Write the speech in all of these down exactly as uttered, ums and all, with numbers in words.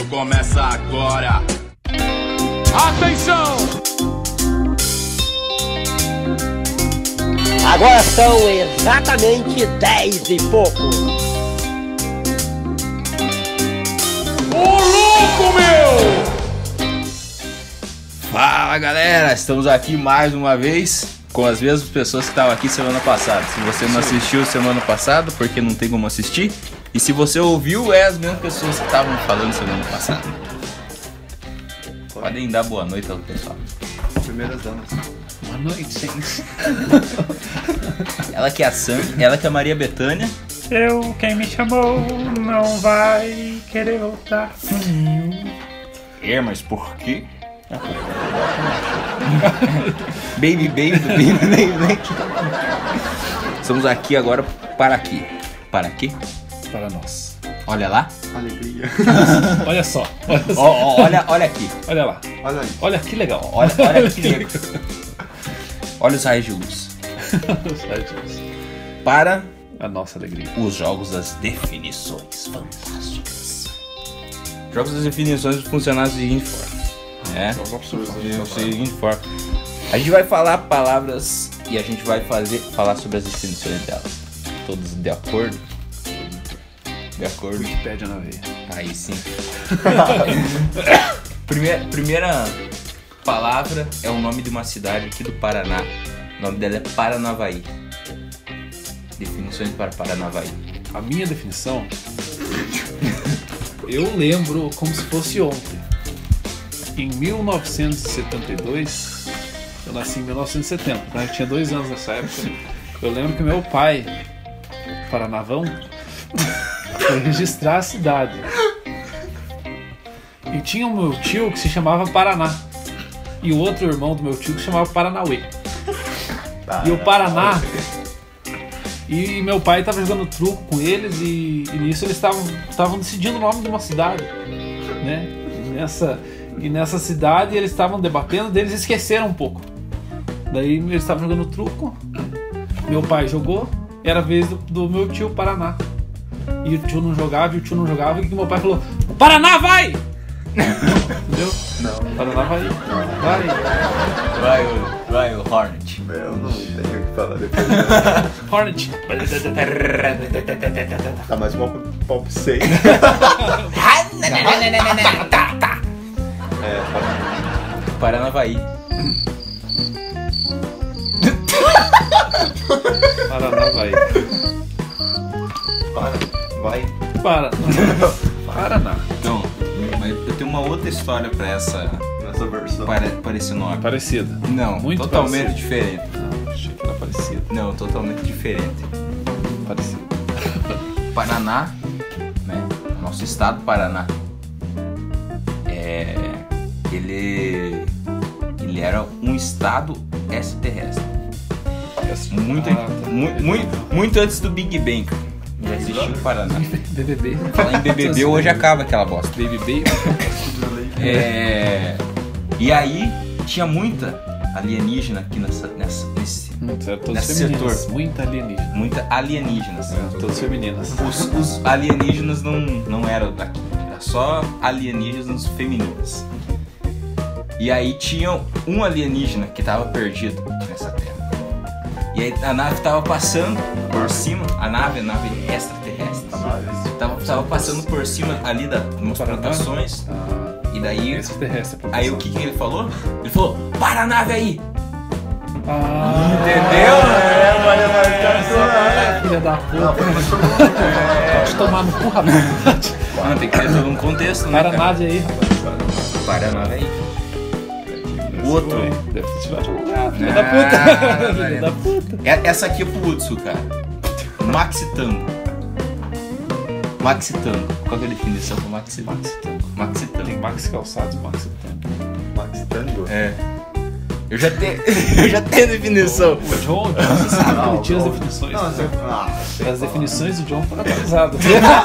começa agora. Atenção! Agora são exatamente dez e pouco. Ô louco, meu! Fala, galera, estamos aqui mais uma vez com as mesmas pessoas que estavam aqui semana passada. Se você não assistiu semana passada, porque não tem como assistir. E se você ouviu, é as mesmas pessoas que estavam falando semana passada. Podem dar boa noite ao pessoal. Primeiras damas. Boa noite, gente. Ela que é a Sam, ela que é a Maria Bethânia. Eu, quem me chamou, não vai querer voltar. É, mas por quê? Baby, baby, baby, baby, baby. Estamos aqui agora para quê? Para quê? Para nós. Olha lá. Alegria. Olha só. Olha, Ó, só. ó, olha, olha aqui. Olha lá. Olha aí. Olha que legal. Olha, olha que legal. Olha os raios de luz. Para A nossa alegria. os jogos das definições fantásticas. Jogos das definições funcionam da seguinte forma. É, da seguinte forma. A gente vai falar palavras e a gente vai fazer, falar sobre as definições delas. Todos de acordo? De acordo? Wikipédia na veia. Aí sim. primeira, primeira palavra é o nome de uma cidade aqui do Paraná. O nome dela é Paranavaí. Definições para Paranavaí. A minha definição, eu lembro como se fosse ontem. Em mil novecentos e setenta e dois, eu nasci em mil novecentos e setenta, né? Eu tinha dois anos nessa época. Eu lembro que meu pai, Paranavão, foi registrar a cidade. E tinha o meu tio que se chamava Paraná. E o outro irmão do meu tio que se chamava Paranauê. E o Paraná... E meu pai estava jogando truco com eles e, e nisso eles estavam decidindo o nome de uma cidade, né? E nessa, e nessa cidade eles estavam debatendo, deles esqueceram um pouco. Daí eles estavam jogando truco, meu pai jogou, era a vez do, do meu tio Paraná. E o tio não jogava, e o tio não jogava, e o meu pai falou: "O Paraná vai!" Entendeu? Não. O Paraná vai, vai. Vai o, vai o Hornet. Eu não tenho o que falar depois. Hornet. Tá mais uma pop seis. É, fala. Paranavaí. Paraná vai. Para. Vai. Para. Paraná. Então, mas eu tenho uma outra história pra essa. Nessa versão. Para, para esse nome. Parecida. Não, Muito totalmente parecido. diferente. Não, achei que era parecido. Não, totalmente diferente. Parecido. Paraná, né? Nosso estado Paraná. É, ele, ele era um estado extraterrestre. Muito, Ah, tá. mu- muito, muito antes do Big Bang. Já existiu o Paraná. B B B. Falar em B B B hoje acaba aquela bosta. B B B. É, e aí tinha muita alienígena aqui nessa, nessa, nesse, Todas Nesse femininas. setor. Muita alienígena. muita alienígenas. É, todas femininas. Os, os alienígenas não, não eram daqui, era só alienígenas femininas. E aí tinha um alienígena que tava perdido nessa terra. E aí a nave tava passando por cima, a nave, a nave extraterrestre, tava, tava passando por cima ali das plantações. Ah, E daí, extraterrestre. a aí o população. que, que ele falou? Ele falou: "Para a nave aí!" Ah, Entendeu? É, Maria Marcação. filha da puta. Pode tomar no cu, rapaz. Não, tem que ter todo um contexto, né? Para a cara? nave aí, rapaz. Para a nave aí. O outro. Deve ter tirado lugar. Filha Ah, da puta. velho. Filha da puta. É- Essa aqui é pro Hudson, cara. Maxi Tango. Maxi Tango. Qual que é a definição do Maxi Tango? Maxi Tango. Maxi Tango. Tem Maxi Calçados e Maxi Tango. Max Tango. É. Eu já tenho, eu já tenho a definição. O John, você sabe que ele tinha as não. definições. Não, você... Ah, As definições do John foram atualizadas.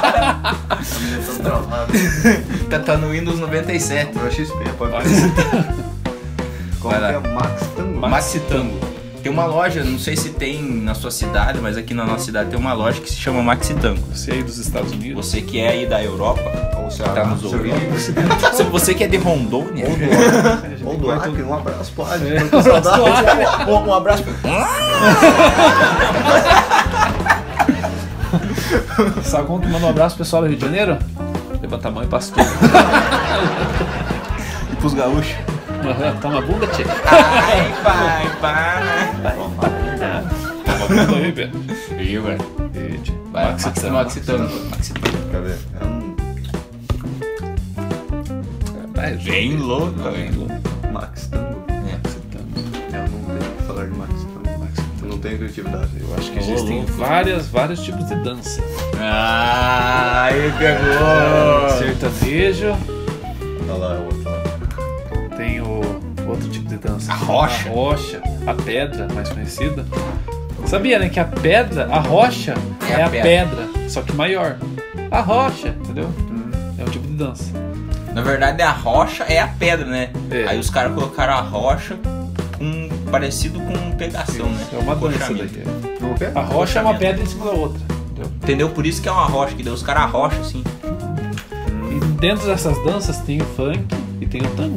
Tá, tá no Windows noventa e sete. Pro X P, pode Vai. Como Vai lá. que é Max Tango? Maxi Tango. Tem uma loja, não sei se tem na sua cidade, mas aqui na nossa cidade tem uma loja que se chama Maxi Tango. Você aí dos Estados Unidos. Você que é aí da Europa, Ceará, Tá nos seu ouvindo. amigo. Se você que é de Rondônia, Ou do Acre, um abraço pro Acre. É. Tô com saudade. um, um abraço. Sabe como que manda um abraço pro pessoal do Rio de Janeiro? Levanta a mão e passa tudo. E pros gaúchos. Toma bunda, tchê. Ai, pai, pai. Toma bunda aí, velho. Viu, velho? Vai, Maxi Maxi Tango. Maxi Tango. Maxi Tango. Cadê? É um Vai, Bem louco, velho. Max Tango. Maxi Tango. Eu não tenho o que falar de Max Tango. Maxi Tango. Eu não tenho criatividade. Eu acho Que existem várias, vários tipos de dança. Ah, aí pegou. Sertanejo, que... Olha lá, é o outro lá. tem o outro tipo de dança. A rocha. A rocha, a pedra, mais conhecida. Sabia, né, que a pedra, a rocha É é, a a pedra. só que maior. A rocha, entendeu? É um tipo de dança. Na verdade, a rocha é a pedra, né? É. Aí os caras colocaram a rocha com parecido com pegação, né? É uma dança Cochamento. daí. Não quer? A rocha é uma pedra em cima da outra, entendeu? Entendeu? Por isso que é uma rocha, que deu os caras a rocha, assim. E dentro dessas danças tem o funk e tem o tango.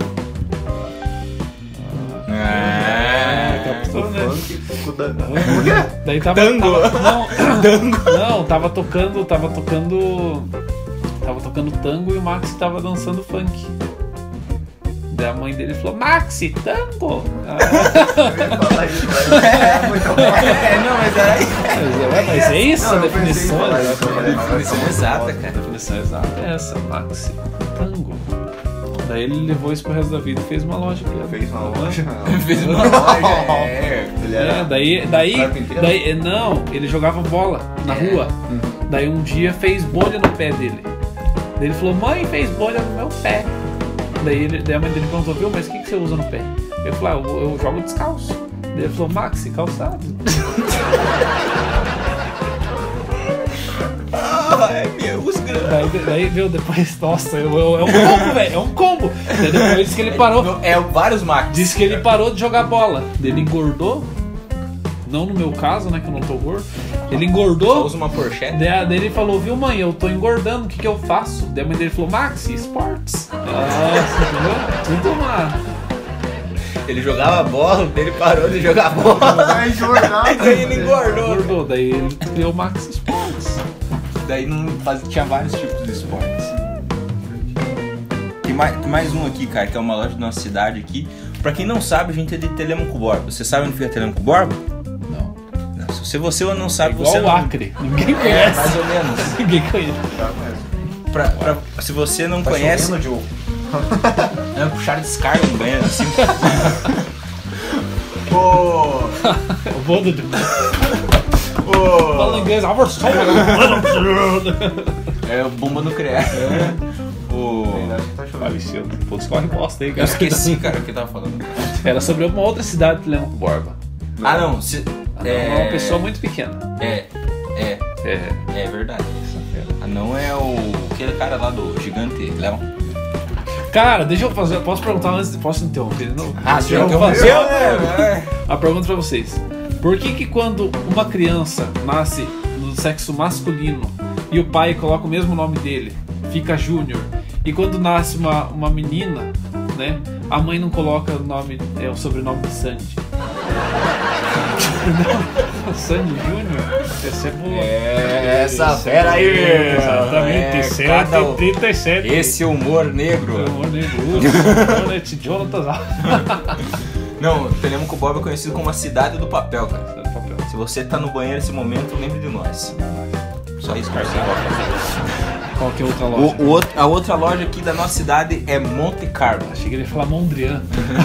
É, captou, né? Funk, com da- Daí tava. Tango. tava- não, não, tava tocando. Tava tocando. Tava tocando tango e o Maxi tava dançando funk. Daí a mãe dele falou: Maxi, tango! Ah, Eu ia falar isso, mas é muito bom. É, não, mas aí. mas, mas é isso, Não, a eu pensei em definição. falar né? isso, eu falei, mas Definição vai ser exata, foda. cara. A definição exata é essa, Maxi, tango. Daí ele levou isso pro resto da vida e fez uma loja. Criada. Fez uma loja. Fez uma loja. É. Ele É, era. daí, daí, Carpinteiro? daí, não, ele jogava bola na É. rua. Daí um dia fez bolha no pé dele. Daí ele falou: mãe, fez bolha no meu pé. Daí, ele, daí a mãe dele perguntou: viu, mas o que, que você usa no pé? Ele falou: ah, eu, eu jogo descalço. Daí ele falou: Maxi, calçado. Ai, meu, os grandes. Daí, daí viu, depois, nossa, eu, eu- é um combo, velho, é um combo. Daí depois que ele parou, É vários Max. disse que ele parou de jogar bola. Daí ele engordou. Não no meu caso, né, que eu não tô gordo. Ele Só engordou. usa uma porchete. Daí daí ele falou: viu, mãe, eu tô engordando, o que que eu faço? Daí a mãe dele falou: Maxi, esportes. Nossa, entendeu? Tudo uma... Ele jogava bola, ele parou de jogar bola. Vai jogar, Daí ele engordou. Engordou, daí ele criou Maxi Esportes. Daí não faz, tinha vários tipos de esportes. Tem mais, tem mais um aqui, cara, que é uma loja da nossa cidade aqui. Pra quem não sabe, a gente é de Telemaco Borba. Você sabe onde fica Telemaco Borba? Não. Não, se você não sabe, Igual você o não... Acre. Ninguém É, conhece. mais ou menos. Ninguém conhece. Tá mesmo. Pra, pra- se você não Tá conhece, chovendo, Joe. é puxar descarga no banheiro assim. Pô! Eu vou do... Pô! Fala inglês. É bomba nuclear. O... Acho que tá chovendo. Faleceu. Pô, escorre bosta aí, Eu cara. esqueci, cara, o que eu tava falando. Era sobre uma outra cidade de Telemaco Borba. Ah, não. Se, É uma pessoa muito pequena. É, é, É. é verdade. Ah, não é o... aquele cara lá do gigante Leão. Cara, deixa eu fazer. Posso perguntar antes? Posso interromper? Não. Ah, Deixa eu que eu fazer é. a pergunta pra vocês. Por que que quando uma criança nasce no sexo masculino e o pai coloca o mesmo nome dele, fica Júnior, e quando nasce uma, uma menina, né, a mãe não coloca o nome, é, o sobrenome de Sandy? Sandy Júnior? Essa é boa. É, essa Essa é fera aí, boa. meu. Exatamente, É, cada um- cento e trinta e sete. Esse humor negro. Amor negro, Jonathan. Não, Telemaco Borba é conhecido como a cidade do papel, cara. Cidade do papel. Se você tá no banheiro nesse momento, lembre de nós. Só isso que eu sei. Qual que é a outra loja? O, o outro- a outra loja aqui da nossa cidade é Monte Carlo. Achei que ele ia falar Mondrian.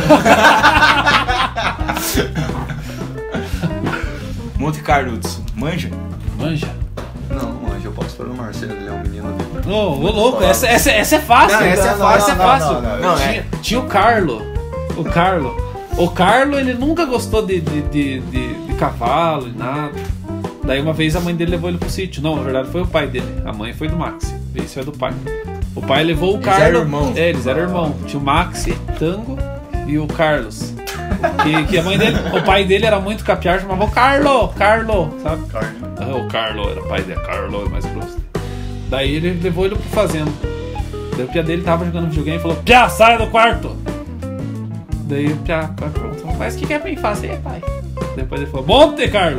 Monte Carlo, manja? Manja? Não, mas eu posso falar o Marcelo, ele é um menino dele. Ô, ô louco, essa, essa, essa é fácil. Não, essa é Essa fácil, é não, fácil. não, não, não, é. tinha, tinha o Carlo. O Carlo. O Carlo, ele nunca gostou de, de, de, de, de cavalo e nada. Daí uma vez a mãe dele levou ele pro sítio. Não, na verdade foi o pai dele. A mãe foi do Maxi. Isso é do pai. O pai levou o Eles Carlo. eram irmãos. É, eles eram irmãos. Tinha o Maxi, Tango e o Carlos. Que, que a mãe dele, o pai dele era muito capiar, chamava o Carlo, Carlo, sabe? Ah, o Carlo era o pai dele, Carlo é mais grosso. Daí ele levou ele pro fazenda. Daí o Pia dele tava jogando videogame e falou: Pia, sai do quarto! Daí o Pia perguntou: mas o que, que é pra mim fazer, pai? Depois ele falou: Monte Carlo!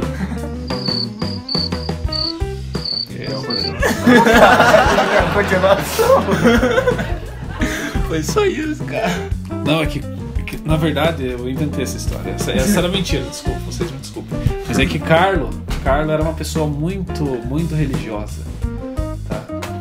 Continuação. Foi só isso, cara. Não, é que, é que, na verdade eu inventei essa história. Essa, essa era mentira, desculpa, vocês me desculpem. Mas é que Carlo, Carlo era uma pessoa muito, muito religiosa. Tá?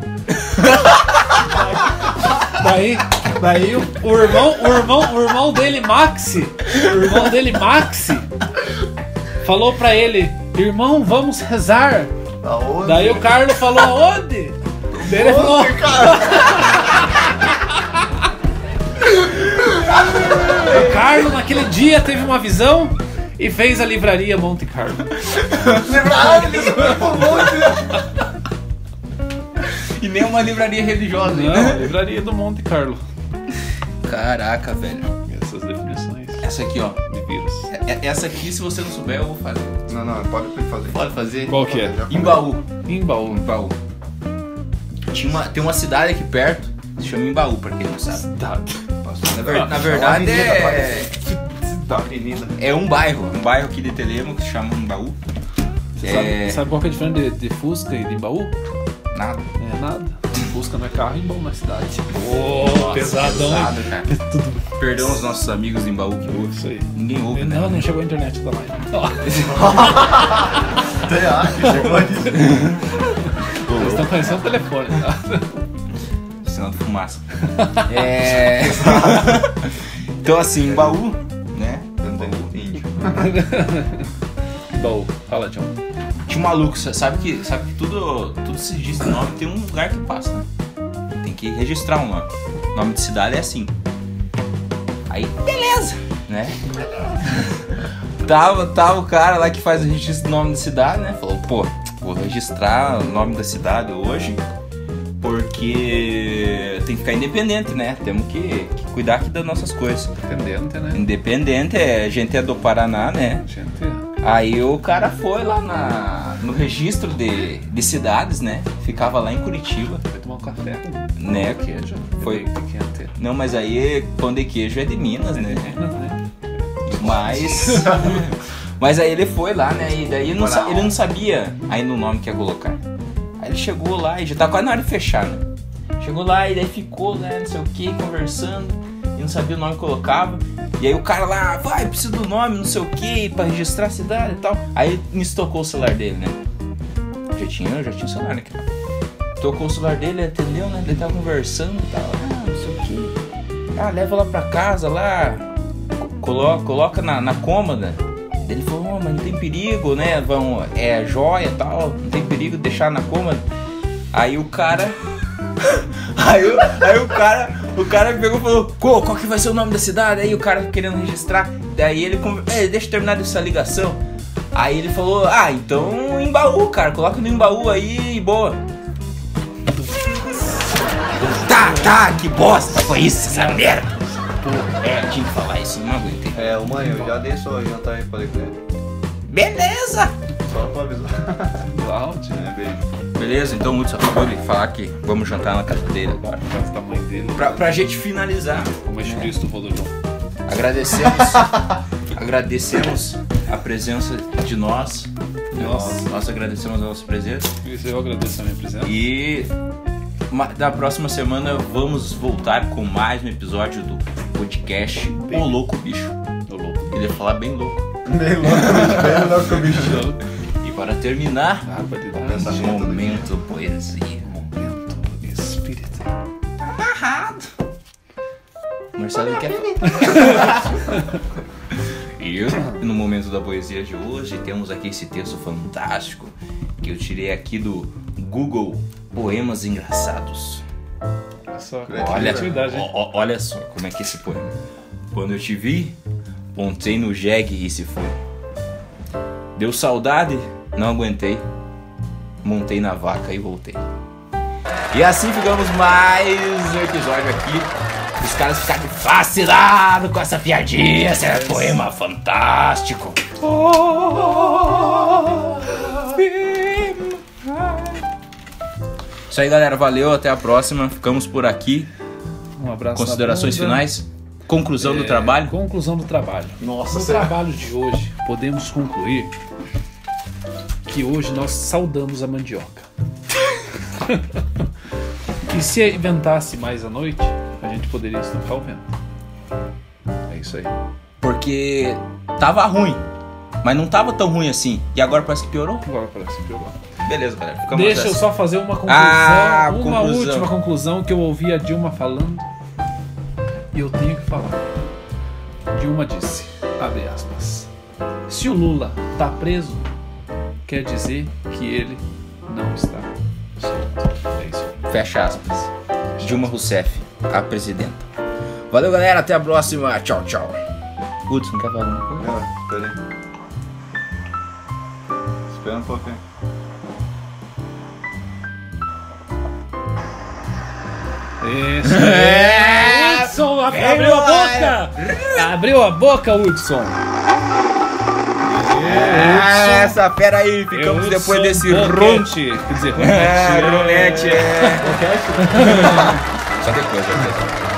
Daí, daí o, o irmão, o irmão, o irmão dele, Maxi, o irmão dele, Maxi, falou pra ele: irmão, vamos rezar. Aonde? Daí o Carlo falou: aonde? Daí ele falou: o Carlo naquele dia teve uma visão e fez a livraria Monte Carlo. Ah, ele foi um monte. E nem uma livraria religiosa, Não, a né? livraria do Monte Carlo. Caraca, velho. Essas definições Essa aqui, ó. de vírus. É- Essa aqui, se você não souber, eu vou fazer. Não, não, pode fazer. Pode fazer? Qual que é? Já Imbaú. Embaú. Imbaú. Tinha uma, tem uma cidade aqui perto, se chama Imbaú, pra quem não sabe. Tá. Na, ver- na verdade avenida, é, Da avenida. é um bairro, um bairro aqui de Telemo que se chama Imbaú. Você É. sabe, sabe qual que é a diferença de, de Fusca e de Embaú? Nada. É nada. Fusca não é carro, Embaú não é cidade. Nossa, pesadão, hein? pesado, cara. Perdão os nossos amigos de Imbaú que ouvem. Isso aí. Ninguém ouve, né? Não, não chegou a internet da live. Até acho que chegou aqui. Eles estão conhecendo o telefone. Tá? Sinal de fumaça. É. Então assim, Imbaú, né? Índio. Embaú. Fala, John. Tinha um maluco, sabe que, sabe que tudo, tudo se diz nome, tem um lugar que passa, né? Tem que registrar um nome. Nome de cidade é assim. Aí, beleza, né? Tava, tava o cara lá que faz o registro do nome da cidade, né? Falou, pô, vou registrar o nome da cidade hoje, porque tem que ficar independente, né? Temos que, que cuidar aqui das nossas coisas. Independente, né? Independente, é, a gente é do Paraná, né? Gente, Aí o cara foi lá na, no registro de, de cidades, né? Ficava lá em Curitiba, vai tomar um café. né? Queijo. Foi. Quente. Não, mas aí pão de queijo é de Minas, né? né? Mas. Mas aí ele foi lá, né? E daí ele não, sa- ele não sabia ainda o nome que ia colocar. Aí ele chegou lá e já tava quase na hora de fechar, né? Chegou lá e daí ficou, né? Não sei o que, conversando. E não sabia o nome que colocava. E aí o cara lá, vai, preciso do nome, não sei o que, pra registrar a cidade e tal. Aí me estocou o celular dele, né? Já tinha, já tinha o celular, né? Tocou o celular dele, atendeu, né? Ele tava conversando e tal. Ah, não sei o que. Ah, leva lá pra casa, lá. Coloca, coloca na, na cômoda. Ele falou, oh, mas não tem perigo, né? Vão, é joia e tal, não tem perigo de deixar na cômoda. Aí o cara. aí, o, aí o cara. O cara pegou e falou, qual, qual que vai ser o nome da cidade? Aí o cara querendo registrar. Daí ele conver... é, deixa eu terminar dessa ligação. Aí ele falou, ah, então Imbaú, cara, coloca no Imbaú aí e boa. Tá, tá, que bosta foi isso, essa merda. Pô, é, tinha que falar isso, não aguentei. É, ô mãe, eu já dei sua jantar aí pra ler. Beleza! Só pra avisar. Cláudio. É, beijo. Beleza, então muito só acabou de falar que vamos jantar na casa dele agora. Faz o tamanho dele. Pra, pra gente finalizar, Como é Cristo, Rodolfo. agradecemos, agradecemos a presença de nós. Nossa. Nós agradecemos a nossa presença. Isso eu agradeço a minha presença. E ma- da próxima semana vamos voltar com mais um episódio do podcast O Louco Bicho. Tô louco. Ele ia falar bem louco. Bem louco, bicho. Bem louco, bicho. E para terminar, Barbaridade. Pensamento do momento poesia. Momento espírita. Amarrado. Marcelo quer. E no momento da poesia de hoje temos aqui esse texto fantástico que eu tirei aqui do Google Poemas Engraçados. Só Olha, criatividade, hein? ó- ó- olha só como é que é esse poema. Quando eu te vi, pontei no jegue e se foi. Deu saudade, não aguentei. Montei na vaca e voltei. E assim ficamos mais um episódio aqui. Os caras ficaram fascinados com essa piadinha. Esse é um poema fantástico. Isso aí, galera. Valeu, até a próxima. Ficamos por aqui. Um abraço. Considerações finais? Conclusão É, do trabalho? Conclusão do trabalho. Nossa, No será? trabalho de hoje, podemos concluir que hoje nós saudamos a mandioca. E se inventasse mais à noite, a gente poderia estocar o vento. É isso aí. Porque tava ruim, mas não tava tão ruim assim. E agora parece que piorou? Agora parece que piorou. Beleza, galera. Ficamos Deixa eu nessa. só fazer uma conclusão. Ah, uma conclusão. última conclusão que eu ouvi a Dilma falando. E eu tenho que falar. Dilma disse, abre aspas, se o Lula tá preso, quer dizer que ele não está solto. É isso aí. Fecha aspas. Dilma Rousseff, a presidenta. Valeu, galera. Até a próxima. Tchau, tchau. Hudson, quer falar alguma coisa? Ah, espera aí. Espera um pouquinho. Isso aí. Hudson, ab- abriu a boca! Abriu a boca, Hudson! Ah, essa fera aí. Ficamos Hudson depois desse Boquete. ronco. Quer dizer, É, ronquete. rolete, é. Só depois, só depois.